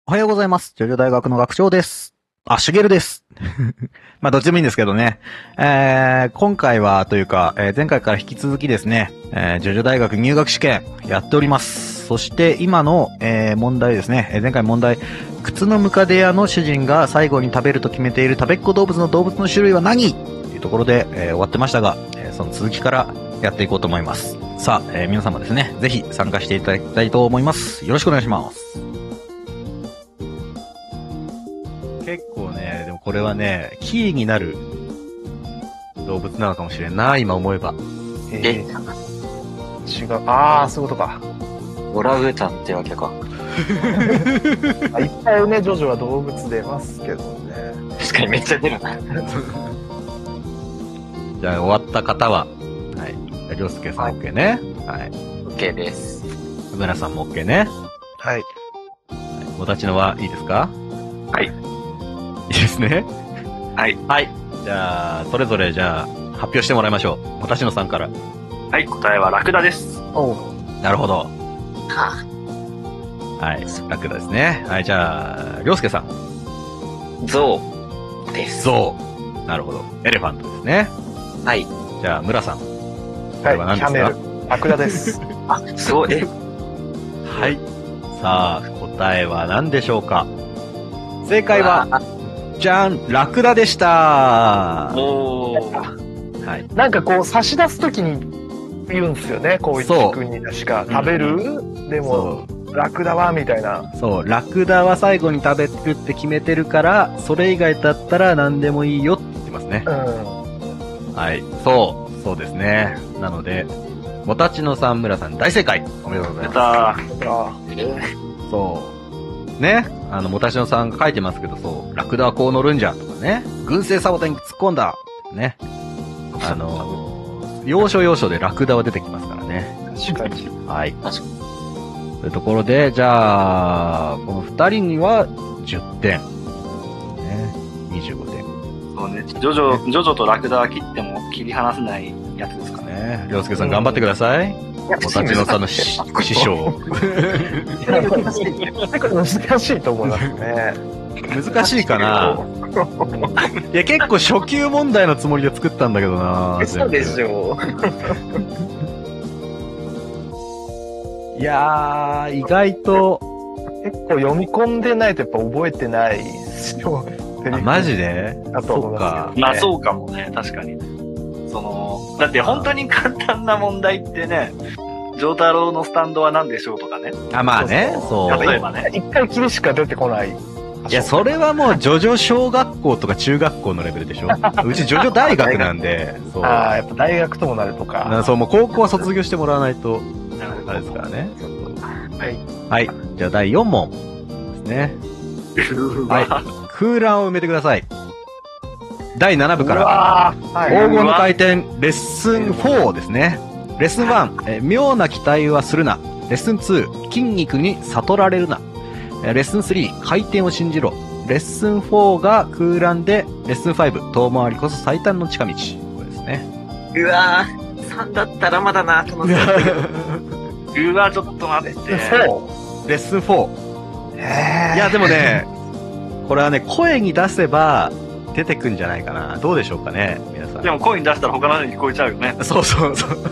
おはようございます。ジョジョ大学の学長です。しげるです。まあ、どっちでもいいんですけどね。今回はというか、前回から引き続きですね、ジョジョ大学入学試験やっております。そして今の、問題ですね、前回問題、靴のムカデ屋の主人が最後に食べると決めている食べっ子動物の種類は何というところで、終わってましたが、その続きからやっていこうと思います。さあ、皆様ですね、ぜひ参加していただきたいと思います。よろしくお願いします。結構ね、でもこれはね、キーになる動物なのかもしれんな、今思えば。 違う。そういうことか。 オランウータンってわけか。 いっぱいね、ジョジョは動物出ますけどね。 確かにめっちゃ出るな。 じゃあ終わった方は、はい。りょうすけさん OK ね。はい。 OK です。 うなさんも OK ね。 はい。 お立ちのはいいですか？ はい。 いいですね。 はい。 はい。じゃあ、それぞれじゃあ、発表してもらいましょう。私野さんから。 はい、答えはラクダです。 なるほど。 ははい。ラクダですね。はい、じゃあ、りょうすけさん。 ゾウです。 ゾウ。なるほど。エレファントですね。 はい。 じゃあ、村さん。これは何ですか？ キャメル。ラクダです。 あ、すごい。 はい。さあ、答えは何でしょうか？正解は、じゃん、ラクダでした。 おー。 はい。 なんかこう差し出すときに言うんですよね。こういう地区に確か食べる、でもラクダはみたいな。 そう、ラクダは最後に食べるって決めてるから、それ以外だったら何でもいいよって言ってますね。はい。そうですね。なので、もたちのさん、村さん大正解。おめでとうございます。そう。ね。もたちのさんが書いてますけど、そう、ラクダはこう乗るんじゃとかね。軍政サボテンに突っ込んだ。ね。要所要所でラクダは出てきますからね。 確かに。 はい。 確かに。 というところで、じゃあ、この二人には10点。ね。25点。 そうね、ジョジョとラクダは切っても切り離せないやつですかね。 ね。りょうすけさん頑張ってください。もたちのさんの師匠。 難しいと思いますね。 難しいかな？いや、結構初級問題のつもりで作ったんだけどな。 そうでしょいやー、意外と。 結構読み込んでないとやっぱ覚えてないですよ。 マジで？ だと思いますまあそうかもね、確かに。だって本当に簡単な問題ってね、ジョータロウのスタンドは何でしょうとかね。 まあね、そう。 例えばね。 一回きりしか出てこない。 いや、それはもう、ジョジョ小学校とか中学校のレベルでしょ？うちジョジョ大学なんで、そう。 やっぱ大学ともなるとか。 そう、もう高校は卒業してもらわないと、あれですからね。 はい。 はい。じゃあ第4問ですね。はい。空欄を埋めてください。第7部から、黄金の回転、レッスン4ですね。レッスン1、妙な期待はするな。レッスン2、筋肉に悟られるな。レッスン3、回転を信じろ。レッスン4が空欄で、レッスン5、遠回りこそ最短の近道。これですね。 うわぁ、3だったらまだな、と思って。 うわ、ちょっと待って。 レッスン4。いや、でもね、これはね、声に出せば、出てくんじゃないかな。どうでしょうかね、皆さん。 でも声に出したら他の人に聞こえちゃうよね。 そう。 信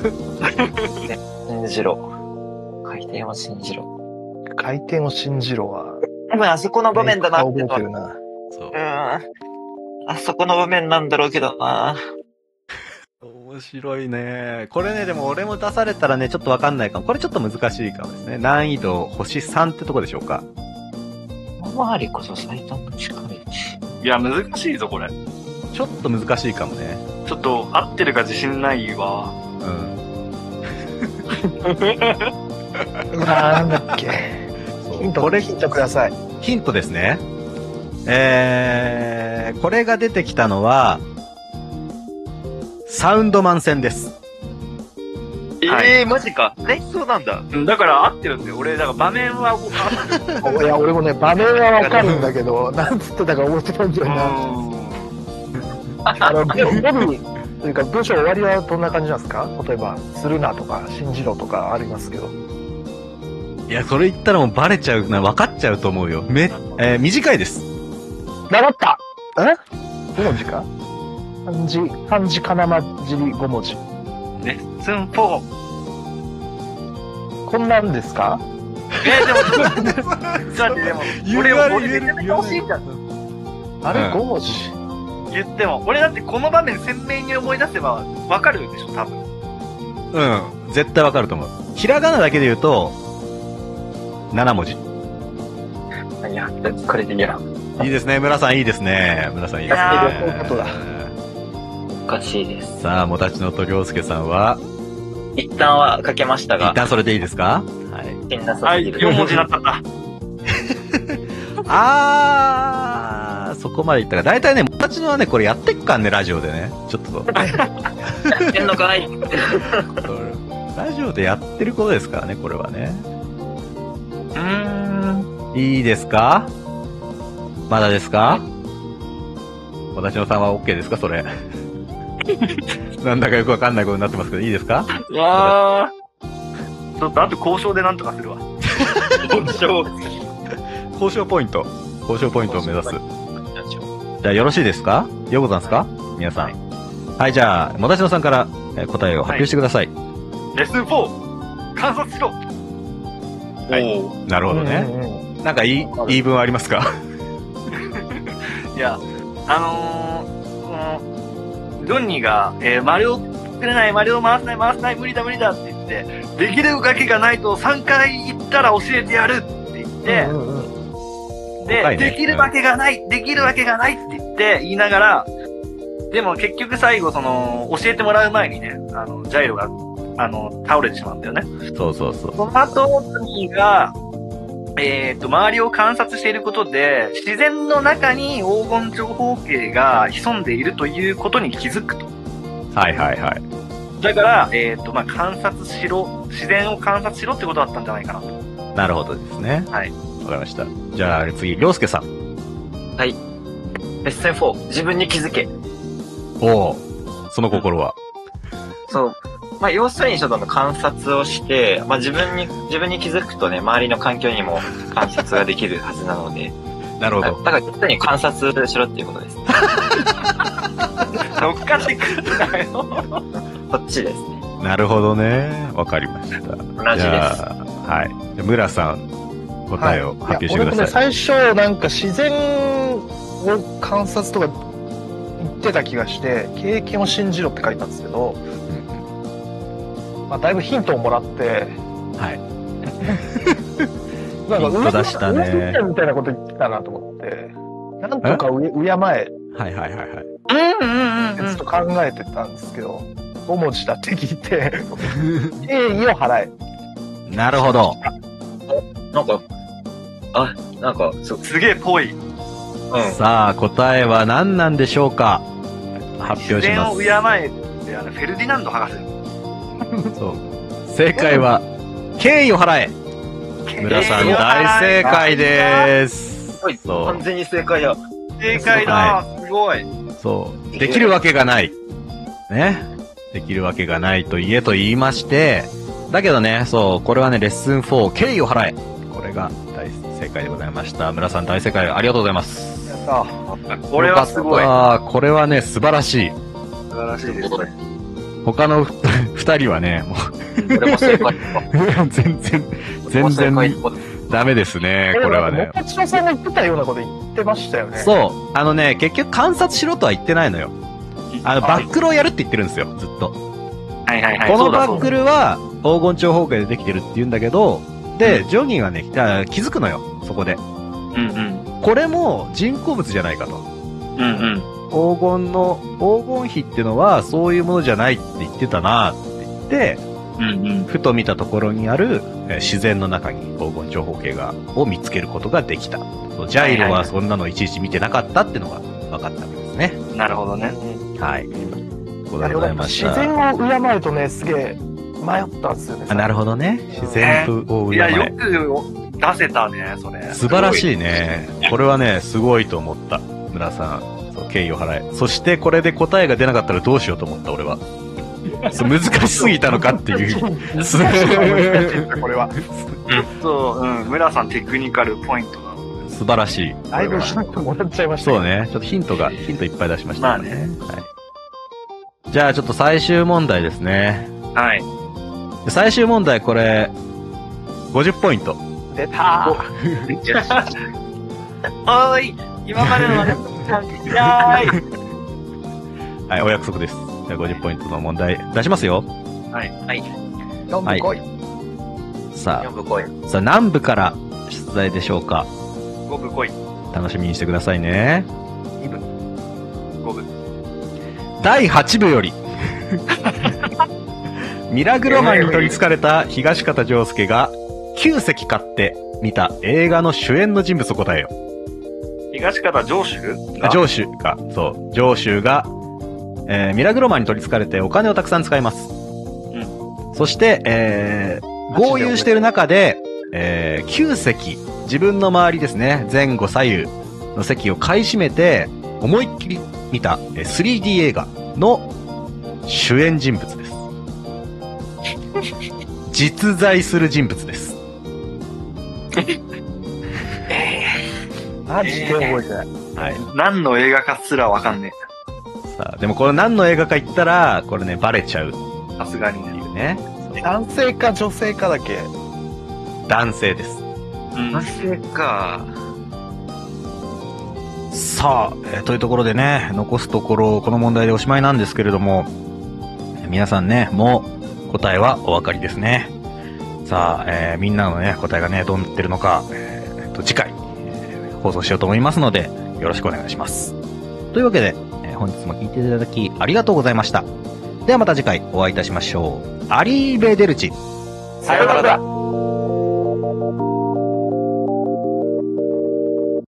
じろ。回転を信じろ。 回転を信じろは。 まあ、あそこの場面だなって。 覚えてるな。 そう。 あそこの場面なんだろうけどな。 面白いね。これね、でも俺も出されたらね、ちょっとわかんないかも。これちょっと難しいかもですね。難易度星3ってとこでしょうか。 回りこそ最短の近道。 いや、難しいぞ、これ。 ちょっと難しいかもね。 ちょっと、合ってるか自信ないわ。 なんだっけ。ヒントください。 ヒントですね。これが出てきたのは、サウンドマン戦です。 マジか。そうなんだ。 だから合ってるんだよ。俺、だから場面はいや、俺もね、場面はわかるんだけど、なんつってたか覚えてたんだよな。語尾というか、文章終わりはどんな感じなんですか？例えば、するなとか、信じろとかありますけど。 いや、それ言ったらもうバレちゃうな、分かっちゃうと思うよ。短いです。 習った。5文字か漢字かなまじり5文字。 レッスン4。 こんなんですか？ でも、だってでも、俺めちゃめちゃ惜しいじゃん。 あれ、5文字。 言っても、俺だってこの場面鮮明に思い出せばわかるでしょ、多分。 うん。絶対わかると思う。ひらがなだけで言うと、7文字。 いや、これでいいや。 いいですね。村さんいいですね。村さんいいですね。 そういうことだ。 おかしいです。 さあ、もたちのとりょうすけさんは、 一旦は書けましたが。 一旦それでいいですか？はい。 はい、4文字になったんだ。 そこまでいったか。だいたいね、もたちのはね、これやってっかんね、ラジオでね。ちょっと。 やってんのかいラジオでやってることですからね、これはね。いいですか？まだですか？もたちのさんは OK ですか、それ。なんだかよくわかんないことになってますけど、いいですか？ うわー。ちょっとあと交渉でなんとかするわ。 交渉ポイント。交渉ポイントを目指す。じゃあよろしいですか？ようござんすか？皆さん。はい、じゃあ、もたちのさんから答えを発表してください。 レッスン4、観察しろ。 はい。なるほどね。なんか言い分ありますか？ いや、ジョニーが、マリオ作れない、マリオ回せない、無理だって言って、できるわけがないと3回言ったら教えてやるって言って、で、できるわけがないって言言いながら、でも結局最後教えてもらう前にね、ジャイロが、倒れてしまうんだよね。 そう。 その後、ジョニーが、周りを観察していることで、自然の中に黄金長方形が潜んでいるということに気づくと。 はい。 だから、観察しろ、自然を観察しろってことだったんじゃないかなと。 なるほどですね。 はい。 わかりました。じゃあ次、りょうすけさん。 はい。レッスン4、自分に気づけ。 おお、その心は。 そう。要するにちょっと観察をして、自分に気づくとね、周りの環境にも観察ができるはずなので。 なるほど。 だから、実に観察しろっていうことです。 乗っかってくるんだよ。 こっちですね。 なるほどね。わかりました。 同じです。 はい。村さん、答えを発表してください。 俺もね、最初、なんか自然を観察とか言ってた気がして、経験を信じろって書いたんですけど、だいぶヒントをもらって、 はい。 なんか、 ヒント出したね。 みたいなこと言ってたなと思って、なんとか敬え。 はい。 ちょっと考えてたんですけど、5文字だって聞いて、敬意を払え。 なるほど。 すげえぽい。 さあ、答えは何なんでしょうか？発表します。 自然を敬えって、フェルディナンド博士。 そう。正解は、敬意を払え。村さん大正解です。 そう。完全に正解だ。 正解だ。すごい。 そう。できるわけがない。ね。できるわけがないと言えと言いまして、だけどね、そう、これはね、レッスン4、敬意を払え。これが大正解でございました。村さん大正解ありがとうございます。 やった。 これはすごい。 これはね、素晴らしい。 素晴らしいですね。 他の二人はね、もう俺も正解。 全然ダメですね、これはね。 もたちのさんが言ってたようなこと言ってましたよね。 そう。結局観察しろとは言ってないのよ。バックルをやるって言ってるんですよ、ずっと。 はい。 このバックルは黄金長方形でできてるって言うんだけど、で、ジョニーがね、気づくのよ、そこで。これも人工物じゃないかと。黄金比ってのはそういうものじゃないって言ってたなって言って、ふと見たところにある自然の中に黄金長方形を見つけることができた。ジャイロはそんなのいちいち見てなかったっていうのが分かったわけですね。 なるほどね。 はい。ございました。 自然を敬えとね、すげえ迷ったんですよね。 なるほどね。自然を敬え。 いや、よく出せたね、それ。 素晴らしいね。これはね、すごいと思った。村さん。敬意を払え。そしてこれで答えが出なかったらどうしようと思った、俺は。 そう難しすぎたのかっていう。 難しいこれは。 そう、村さんテクニカルポイントが。 素晴らしい。 だいぶヒントもらっちゃいました。 そうね。ちょっとヒントいっぱい出しました、 まあね。 はい。じゃあちょっと最終問題ですね。 はい。 最終問題これ、50ポイント。 出たー。 おーい、今までの関係ない。 はい、お約束です。50ポイントの問題出しますよ。 はい。はい。 4部来い。 さ 4部来い。 あ何部から出題でしょうか。 5部来い。 楽しみにしてくださいね。 2部。 5部。 第8部よりミラグロマンに取り憑かれた東方仗介が9席買って見た映画の主演の人物を答えよ。 東方上州上州が、そう、上州が、ミラグロマンに取り憑かれてお金をたくさん使います。そして、豪遊している中で、9席、自分の周りですね、前後左右の席を買い占めて、思いっきり見た 3D 映画の主演人物です。実在する人物です。 マジで覚えてない。 はい。 何の映画かすらわかんねさあ、でもこれ何の映画か言ったら、これね、バレちゃうってえ。さすがにね。 いうね。 男性か女性かだけ。 男性です。 男性か。 さあ、というところでね、残すところ、この問題でおしまいなんですけれども、皆さんね、もう答えはお分かりですね。さあ、みんなのね、答えがね、どうなってるのか、次回、放送しようと思いますので、よろしくお願いします。というわけで、本日も聞いていただきありがとうございました。ではまた次回お会いいたしましょう。アリーベデルチ。 さよならだ。